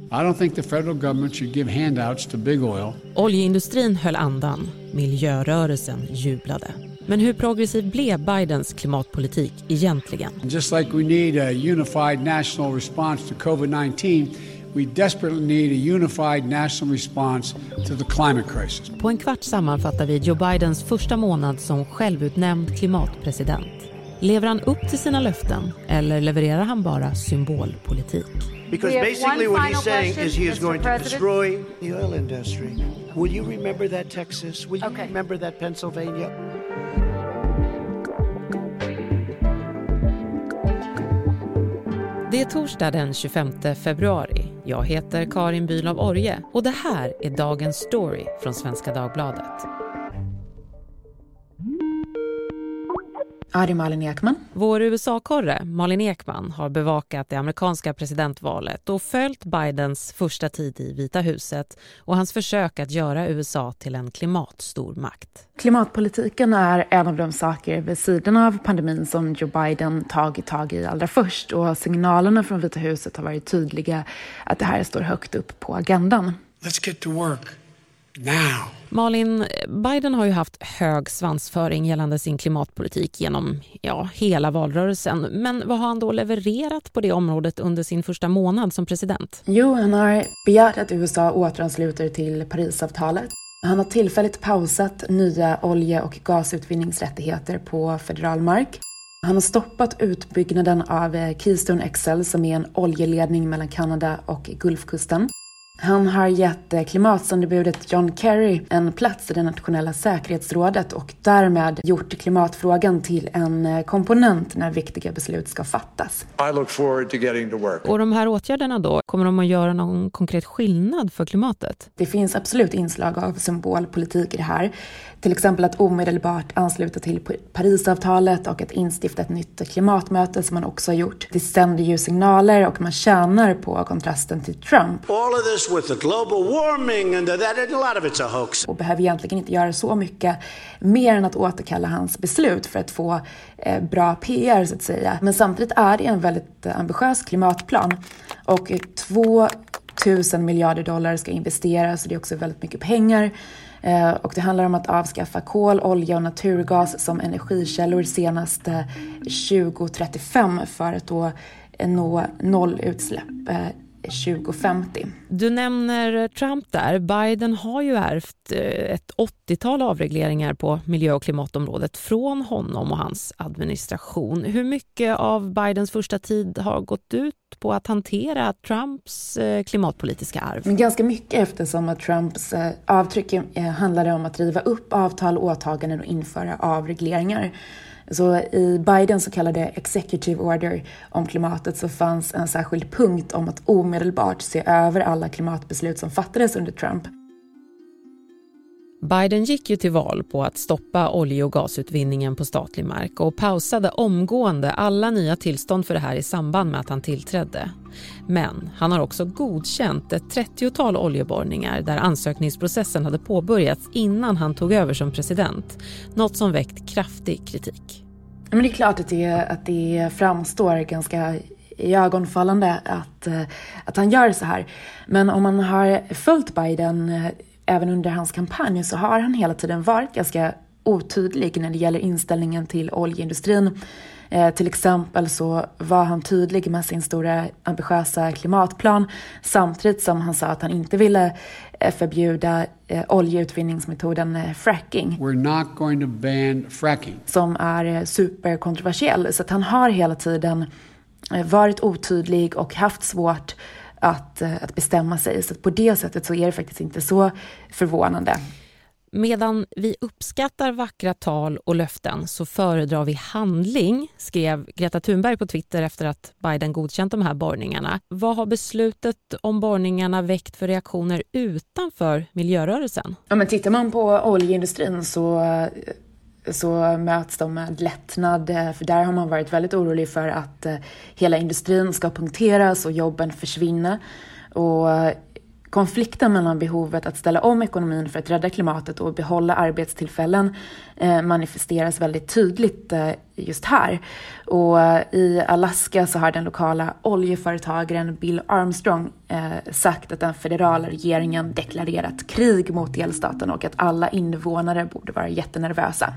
I don't think the federal government should give handouts to big oil. Oljeindustrin höll andan, miljörörelsen jublade. Men hur progressiv blev Bidens klimatpolitik egentligen? Just like we need a unified national response to COVID-19, we desperately need a unified national response to the climate crisis. På en kvart sammanfattar vi Joe Bidens första månad som självutnämnd klimatpresident. Lever han upp till sina löften eller levererar han bara symbolpolitik? Because basically what he's saying is he is going to destroy the oil industry. Will you remember that, Texas? Will you remember that, Pennsylvania? Det är torsdag den 25 februari. Jag heter Karin Bülow Orje och det här är dagens story från Svenska Dagbladet. Ja, det är Malin Ekman. Vår USA-korre Malin Ekman har bevakat det amerikanska presidentvalet och följt Bidens första tid i Vita huset och hans försök att göra USA till en klimatstormakt. Klimatpolitiken är en av de saker vid sidan av pandemin som Joe Biden tagit tag i allra först, och signalerna från Vita huset har varit tydliga att det här står högt upp på agendan. Let's get to work now. Malin, Biden har ju haft hög svansföring gällande sin klimatpolitik genom hela valrörelsen. Men vad har han då levererat på det området under sin första månad som president? Jo, han har begärt att USA återansluter till Parisavtalet. Han har tillfälligt pausat nya olje- och gasutvinningsrättigheter på federal mark. Han har stoppat utbyggnaden av Keystone XL som är en oljeledning mellan Kanada och Gulfkusten. Han har gett klimatsändebudet John Kerry en plats i det nationella säkerhetsrådet och därmed gjort klimatfrågan till en komponent när viktiga beslut ska fattas. I look forward to getting to work. Och de här åtgärderna då, kommer de att göra någon konkret skillnad för klimatet? Det finns absolut inslag av symbolpolitik i det här. Till exempel att omedelbart ansluta till Parisavtalet och att instifta ett nytt klimatmöte som man också har gjort. Det sänder ju signaler och man tjänar på kontrasten till Trump. All of this with the global warming and that a lot of it's a hoax. Och behöver egentligen inte göra så mycket mer än att återkalla hans beslut för att få bra PR så att säga. Men samtidigt är det en väldigt ambitiös klimatplan och 2 000 miljarder dollar ska investeras, och det är också väldigt mycket pengar. Och det handlar om att avskaffa kol, olja och naturgas som energikällor senast 2035 för att då nå nollutsläpp 2050. Du nämner Trump där. Biden har ju ärvt ett 80-tal avregleringar på miljö- och klimatområdet från honom och hans administration. Hur mycket av Bidens första tid har gått ut på att hantera Trumps klimatpolitiska arv? Men ganska mycket, eftersom att Trumps avtryck handlade om att riva upp avtal, åtaganden och införa avregleringar. Så i Bidens så kallade executive order om klimatet så fanns en särskild punkt om att omedelbart se över alla klimatbeslut som fattades under Trump. Biden gick ju till val på att stoppa olje- och gasutvinningen på statlig mark och pausade omgående alla nya tillstånd för det här i samband med att han tillträdde. Men han har också godkänt ett 30-tal oljeborrningar där ansökningsprocessen hade påbörjats innan han tog över som president. Något som väckt kraftig kritik. Men det är klart att det framstår ganska ögonfallande att han gör så här. Men om man har följt Biden även under hans kampanj så har han hela tiden varit ganska otydlig när det gäller inställningen till oljeindustrin. Till exempel så var han tydlig med sin stora ambitiösa klimatplan samtidigt som han sa att han inte ville förbjuda oljeutvinningsmetoden fracking. We're not going to ban fracking. Som är superkontroversiell, så att han har hela tiden varit otydlig och haft svårt att bestämma sig. Så på det sättet så är det faktiskt inte så förvånande. Medan vi uppskattar vackra tal och löften så föredrar vi handling, skrev Greta Thunberg på Twitter efter att Biden godkänt de här borrningarna. Vad har beslutet om borrningarna väckt för reaktioner utanför miljörörelsen? Ja, men tittar man på oljeindustrin så möts de med lättnad, för där har man varit väldigt orolig för att hela industrin ska punkteras och jobben försvinna. Och Konflikten mellan behovet att ställa om ekonomin för att rädda klimatet och behålla arbetstillfällen manifesteras väldigt tydligt just här. Och i Alaska så har den lokala oljeföretagaren Bill Armstrong sagt att den federala regeringen deklarerat krig mot delstaten och att alla invånare borde vara jättenervösa.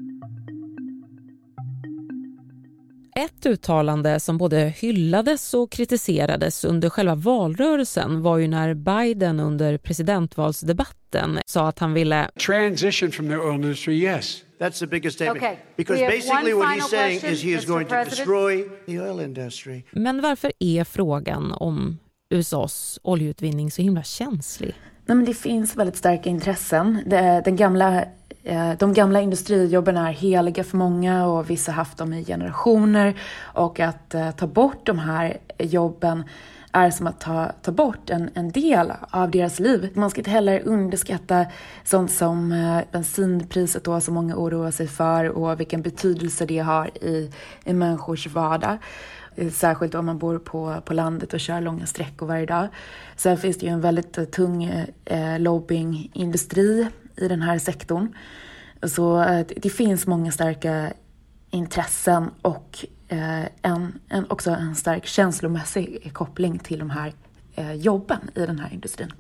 Ett uttalande som både hyllades och kritiserades under själva valrörelsen var ju när Biden under presidentvalsdebatten sa att han ville transition from the oil industry, yes. That's the biggest statement. Okay. Because basically what he's saying is he is going to destroy the oil industry. Men varför är frågan om USAs oljeutvinning så himla känslig? Nej, men det finns väldigt starka intressen. De gamla industrijobben är heliga för många och vissa har haft dem i generationer. Och att ta bort de här jobben är som att ta bort en del av deras liv. Man ska inte heller underskatta sånt som bensinpriset då, som många oroar sig för och vilken betydelse det har i människors vardag. Särskilt om man bor på landet och kör långa sträckor varje dag. Sen finns det ju en väldigt tung lobbyingindustri i den här sektorn. Så det finns många starka intressen och också en stark känslomässig koppling till de här jobben i den här industrin.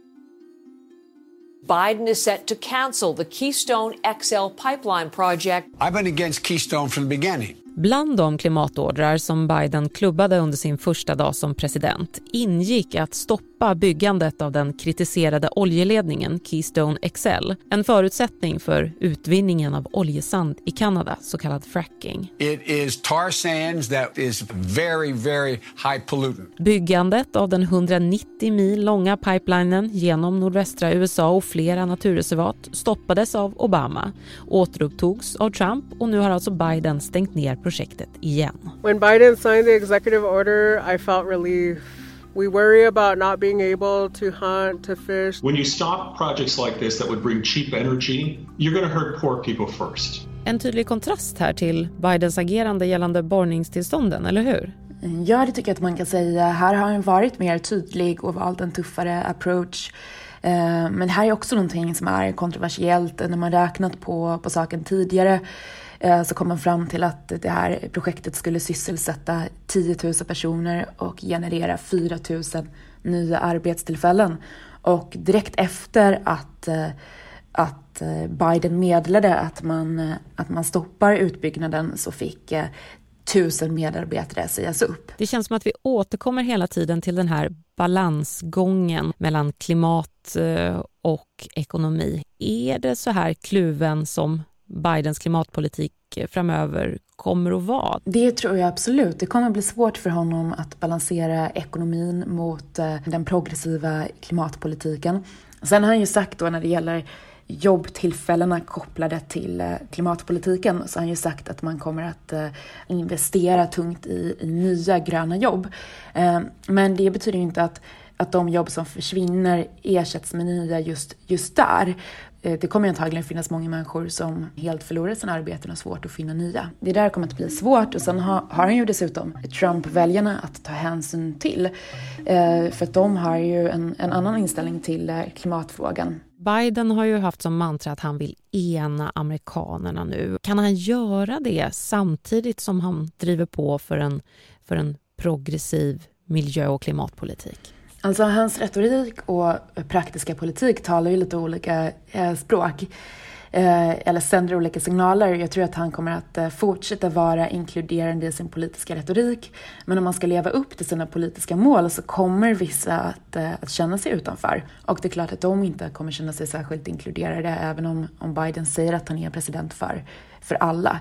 Biden is set to cancel the Keystone XL pipeline project. I've been against Keystone from the beginning. Bland de klimatordrar som Biden klubbade under sin första dag som president ingick att stoppa byggandet av den kritiserade oljeledningen Keystone XL, en förutsättning för utvinningen av oljesand i Kanada, så kallad fracking. It is tar sands that is very, very high pollutant. Byggandet av den 190 mil långa pipelinen genom nordvästra USA och flera naturreservat stoppades av Obama, återupptogs av Trump och nu har alltså Biden stängt ner projektet igen. When Biden signed the executive order, I felt relief. We worry about not being able to hunt, to fish. When you stop projects like this that would bring cheap energy, you're going to hurt poor people first. En tydlig kontrast här till Bidens agerande gällande borrningstillstånden, eller hur? Ja, det tycker jag att man kan säga. Här har han varit mer tydlig och valt en tuffare approach. Men här är också någonting som är kontroversiellt. När man räknat på saken tidigare så kom man fram till att det här projektet skulle sysselsätta 10 000 personer och generera 4 000 nya arbetstillfällen. Och direkt efter att Biden meddelade att man stoppar utbyggnaden så fick 1000 medarbetare sägas upp. Det känns som att vi återkommer hela tiden till den här balansgången mellan klimat och ekonomi. Är det så här kluven som Bidens klimatpolitik framöver kommer att vara? Det tror jag absolut. Det kommer bli svårt för honom att balansera ekonomin mot den progressiva klimatpolitiken. Sen har han ju sagt då när det gäller jobbtillfällena kopplade till klimatpolitiken så har han ju sagt att man kommer att investera tungt i nya gröna jobb. Men det betyder ju inte att de jobb som försvinner ersätts med nya just där. Det kommer antagligen finnas många människor som helt förlorar sina arbeten och har svårt att finna nya. Det där kommer att bli svårt och sen har han ju dessutom Trump-väljarna att ta hänsyn till. För att de har ju en annan inställning till klimatfrågan. Biden har ju haft som mantra att han vill ena amerikanerna nu. Kan han göra det samtidigt som han driver på för en progressiv miljö- och klimatpolitik? Alltså hans retorik och praktiska politik talar ju lite olika språk eller sänder olika signaler. Jag tror att han kommer att fortsätta vara inkluderande i sin politiska retorik. Men om man ska leva upp till sina politiska mål så kommer vissa att känna sig utanför. Och det är klart att de inte kommer känna sig särskilt inkluderade även om Biden säger att han är president för alla.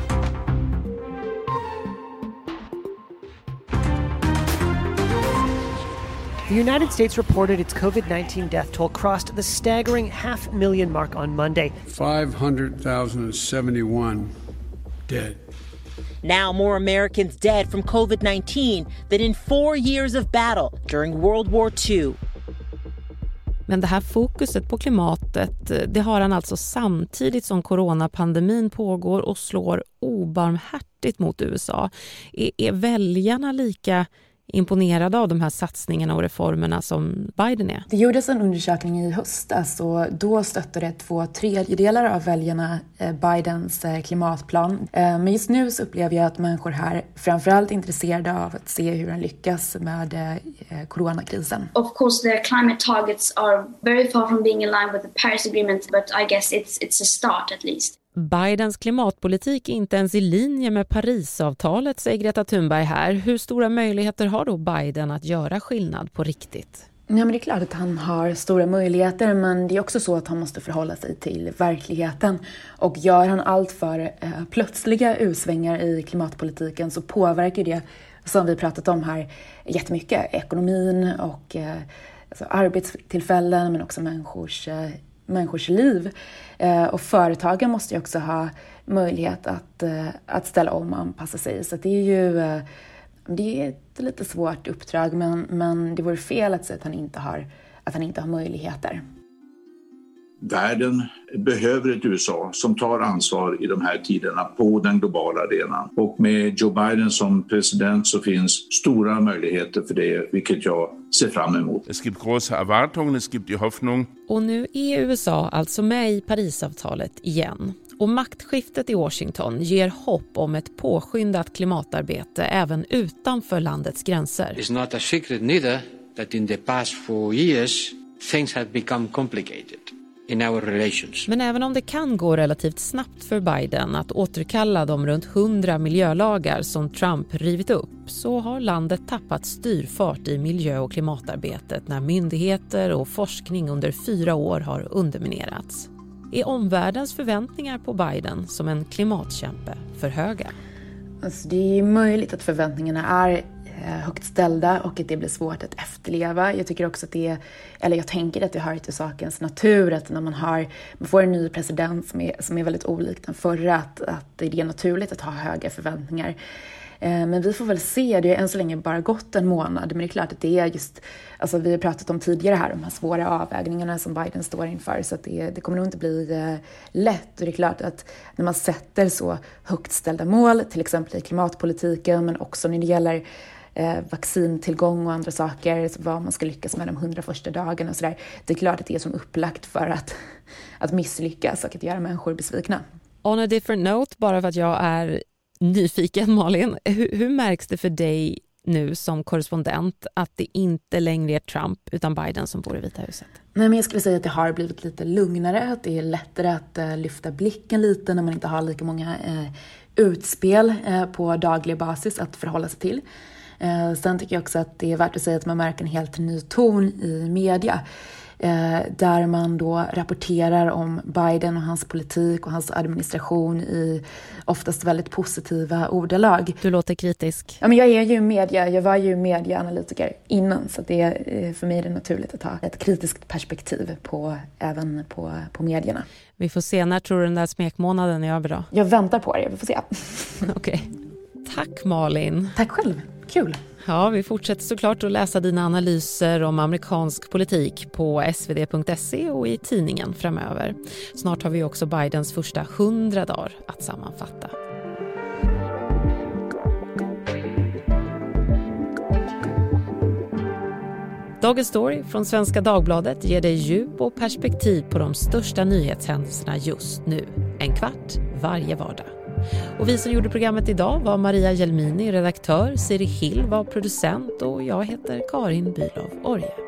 The United States reported its COVID-19 death toll crossed the staggering 500,000 mark on Monday. 500,071 dead. Now more Americans dead from COVID-19 than in 4 years of battle during World War II. Men det här fokuset på klimatet, det har han alltså samtidigt som coronapandemin pågår och slår obarmhärtigt mot USA. Är väljarna lika imponerad av de här satsningarna och reformerna som Biden är. Det gjordes en undersökning i höstas och då stöttade 2/3 av väljarna Bidens klimatplan. Men just nu så upplever jag att människor här framförallt är intresserade av att se hur han lyckas med coronakrisen. Of course the climate targets are very far from being in line with the Paris Agreement, but I guess it's a start at least. Bidens klimatpolitik är inte ens i linje med Parisavtalet, säger Greta Thunberg här. Hur stora möjligheter har då Biden att göra skillnad på riktigt? Ja, men det är klart att han har stora möjligheter, men det är också så att han måste förhålla sig till verkligheten. Och gör han allt för plötsliga utsvängar i klimatpolitiken så påverkar det, som vi pratat om här, jättemycket. Ekonomin och alltså arbetstillfällen, men också människors liv. Och företagen måste ju också ha möjlighet att ställa om och anpassa sig. Så det är ju det är ett lite svårt uppdrag, men det vore fel att säga att han inte har möjligheter. Världen behöver ett USA som tar ansvar i de här tiderna på den globala arenan. Och med Joe Biden som president så finns stora möjligheter för det, vilket jag ser fram emot. Det gibt große Erwartungen, det gibt die Hoffnung. Och nu är USA alltså med i Parisavtalet igen. Och maktskiftet i Washington ger hopp om ett påskyndat klimatarbete även utanför landets gränser. It's not a secret neither that in the past 4 years things have become complicated in our relations. Men även om det kan gå relativt snabbt för Biden att återkalla de runt 100 miljölagar som Trump rivit upp, så har landet tappat styrfart i miljö- och klimatarbetet när myndigheter och forskning under 4 år har underminerats. Är omvärldens förväntningar på Biden som en klimatkämpe för höga? Alltså det är möjligt att förväntningarna är högt ställda och att det blir svårt att efterleva. Jag tycker också att jag tänker att det hör till sakens natur att när man får en ny president som är väldigt olik den förra, att det är naturligt att ha höga förväntningar. Men vi får väl se, det är än så länge bara gått en månad, men det är klart att det är just, alltså vi har pratat om tidigare här, de här svåra avvägningarna som Biden står inför, så att det kommer nog inte bli lätt. Och det är klart att när man sätter så högt ställda mål, till exempel i klimatpolitiken, men också när det gäller vaccintillgång och andra saker, vad man ska lyckas med de 100 första dagarna och sådär, det är klart att det är som upplagt för att misslyckas och att göra människor besvikna. On a different note, bara för att jag är nyfiken, Malin, hur märks det för dig nu som korrespondent att det inte längre är Trump utan Biden som bor i Vita huset? Nej, men jag skulle säga att det har blivit lite lugnare, att det är lättare att lyfta blicken lite när man inte har lika många utspel på daglig basis att förhålla sig till. Sen tycker jag också att det är värt att säga att man märker en helt ny ton i media. Där man då rapporterar om Biden och hans politik och hans administration i oftast väldigt positiva ordalag. Du låter kritisk. Ja, men jag var ju medieanalytiker innan, så för mig är det naturligt att ha ett kritiskt perspektiv även på medierna. Vi får se, när tror du den där smekmånaden är över då? Jag väntar på det, vi får se. Okej. Tack Malin. Tack själv, kul. Ja, vi fortsätter såklart att läsa dina analyser om amerikansk politik på svd.se och i tidningen framöver. Snart har vi också Bidens första 100 dagar att sammanfatta. Dagens story från Svenska Dagbladet ger dig djup och perspektiv på de största nyhetshändelserna just nu. 1/4 varje vardag. Och vi som gjorde programmet idag var Maria Jelmini, redaktör, Siri Hill var producent och jag heter Karin Bülow Orje.